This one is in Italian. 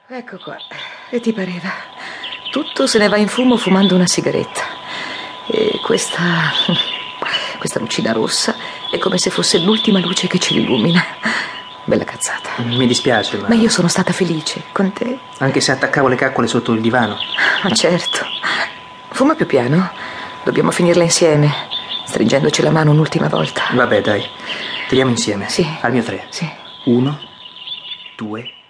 Ecco qua. E ti pareva? Tutto se ne va in fumo fumando una sigaretta. E questa lucina rossa è come se fosse l'ultima luce che ci illumina. Bella cazzata. Mi dispiace, Ma io sono stata felice con te. Anche se attaccavo le caccole sotto il divano. Ma certo. Fuma più piano. Dobbiamo finirla insieme, stringendoci la mano un'ultima volta. Vabbè, dai. Tiriamo insieme. Sì. Al mio 3. Sì. 1, 2,